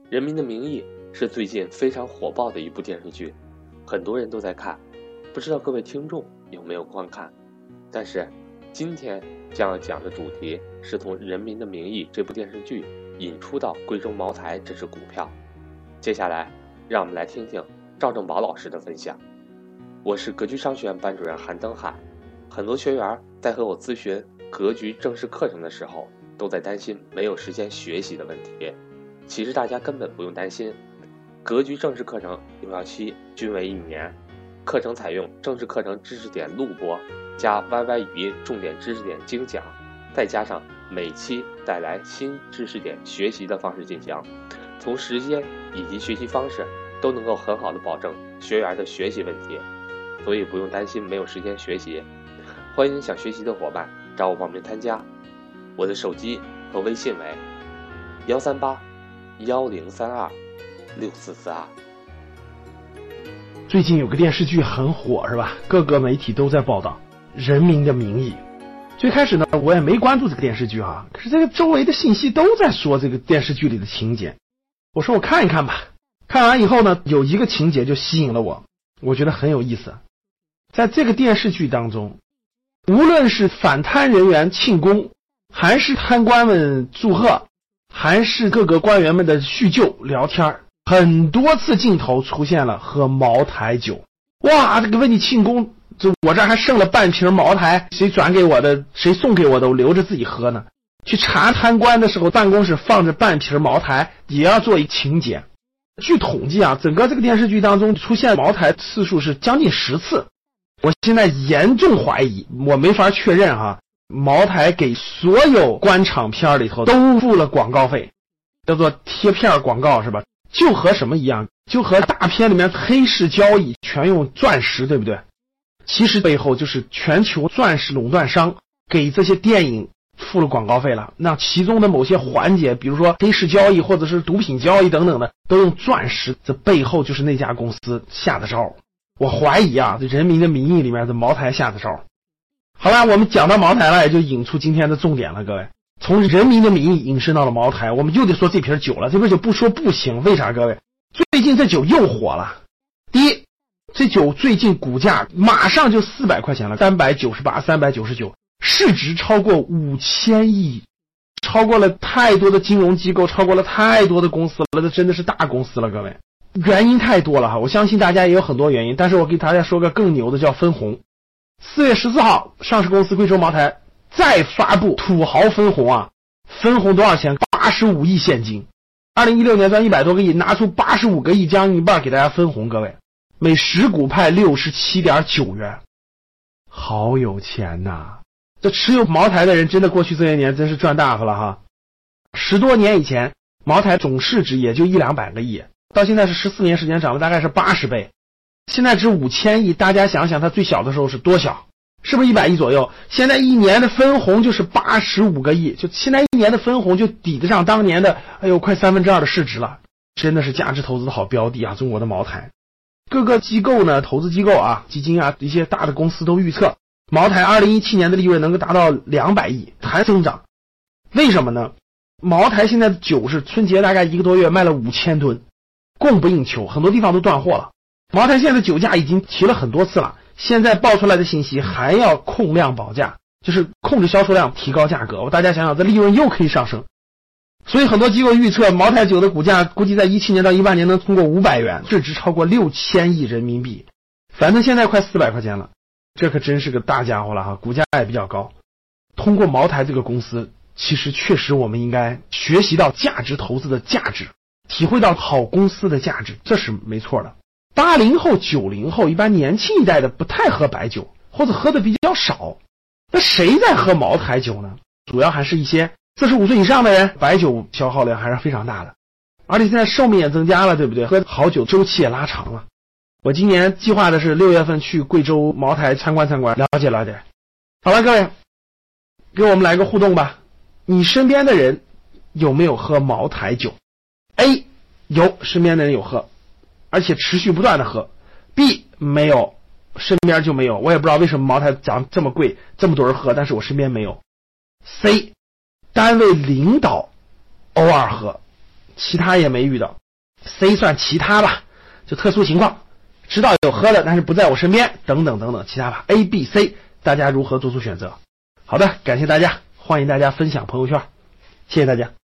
人民的名义》是最近非常火爆的一部电视剧，很多人都在看，不知道各位听众有没有观看。但是今天将要讲的主题是从《人民的名义》这部电视剧引出到贵州茅台这只股票。接下来让我们来听听赵正宝老师的分享。我是格局商学院班主任韩登海，很多学员在和我咨询格局正式课程的时候，都在担心没有时间学习的问题。其实大家根本不用担心，格局正式课程有效期均为1年，课程采用正式课程知识点录播加 YY 语音重点知识点精讲，再加上每期带来新知识点学习的方式进行，从时间以及学习方式都能够很好的保证学员的学习问题，所以不用担心没有时间学习。欢迎想学习的伙伴找我报名参加，我的手机和微信为13810326442。 最近有个电视剧很火是吧？各个媒体都在报道《人民的名义》。最开始呢，我也没关注这个电视剧啊，可是这个周围的信息都在说这个电视剧里的情节。我说我看一看吧。看完以后呢，有一个情节就吸引了我，我觉得很有意思。在这个电视剧当中，无论是反贪人员庆功，还是贪官们祝贺，还是各个官员们的叙旧聊天，很多次镜头出现了喝茅台酒。哇，这个为你庆功，我这还剩了半瓶茅台，谁转给我的，谁送给我的，我留着自己喝呢。去查贪官的时候，办公室放着半瓶茅台，也要做一情节。据统计啊，整个这个电视剧当中出现茅台次数是将近10次。我现在严重怀疑，我没法确认哈，茅台给所有官场片里头都付了广告费，叫做贴片广告是吧？就和什么一样，就和大片里面黑市交易全用钻石，对不对？其实背后就是全球钻石垄断商给这些电影付了广告费了，那其中的某些环节，比如说黑市交易或者是毒品交易等等的，都用钻石，这背后就是那家公司下的招。我怀疑啊，这《人民的名义》里面的茅台下的招。好了，我们讲到茅台了，也就引出今天的重点了，各位。从《人民的名义》引申到了茅台，我们又得说这瓶酒了。这瓶酒不说不行，为啥各位？最近这酒又火了。第一，这酒最近股价马上就400块钱了，398、399，市值超过5000亿，超过了太多的金融机构，超过了太多的公司了，这真的是大公司了，各位。原因太多了哈，我相信大家也有很多原因，但是我给大家说个更牛的，叫分红。4月14号，上市公司贵州茅台再发布土豪分红啊，分红多少钱？85亿现金。2016年赚100多个亿，拿出85个亿，将近一半给大家分红，各位，每10股派67.9元，好有钱呐！这持有茅台的人真的过去这些年真是赚大发了哈。10多年以前，茅台总市值也就100-200个亿，到现在是14年时间涨了大概是80倍，现在值5000亿，大家想想它最小的时候是多小，是不是100亿左右？现在一年的分红就是85个亿，就现在一年的分红就抵得上当年的快2/3的市值了，真的是价值投资的好标的啊！中国的茅台，各个机构呢，投资机构啊，基金啊，一些大的公司都预测茅台2017年的利润能够达到200亿，还增长。为什么呢？茅台现在的酒是春节大概1个多月卖了5000吨，供不应求，很多地方都断货了。茅台现在的酒价已经提了很多次了，现在爆出来的信息还要控量保价，就是控制销售量，提高价格。大家想想，这利润又可以上升。所以很多机构预测茅台酒的股价估计在17年到18年能通过500元，市值超过6000亿人民币，反正现在快400块钱了，这可真是个大家伙了哈，股价也比较高。通过茅台这个公司，其实确实我们应该学习到价值投资的价值，体会到好公司的价值，这是没错的。80后、90后一般年轻一代的不太喝白酒，或者喝的比较少。那谁在喝茅台酒呢？主要还是一些45岁以上的人，白酒消耗量还是非常大的，而且现在寿命也增加了，对不对？喝好酒周期也拉长了。我今年计划的是6月份去贵州茅台参观，了解了解。好了，各位，给我们来个互动吧。你身边的人有没有喝茅台酒？ A 有，身边的人有喝，而且持续不断的喝。 B 没有，身边就没有，我也不知道为什么茅台涨这么贵，这么多人喝，但是我身边没有。 C 单位领导偶尔喝， 其他也没遇到。C 算其他吧，就特殊情况，知道有喝的，但是不在我身边，等等等等，其他吧。A、B、C， 大家如何做出选择？好的，感谢大家，欢迎大家分享朋友圈，谢谢大家。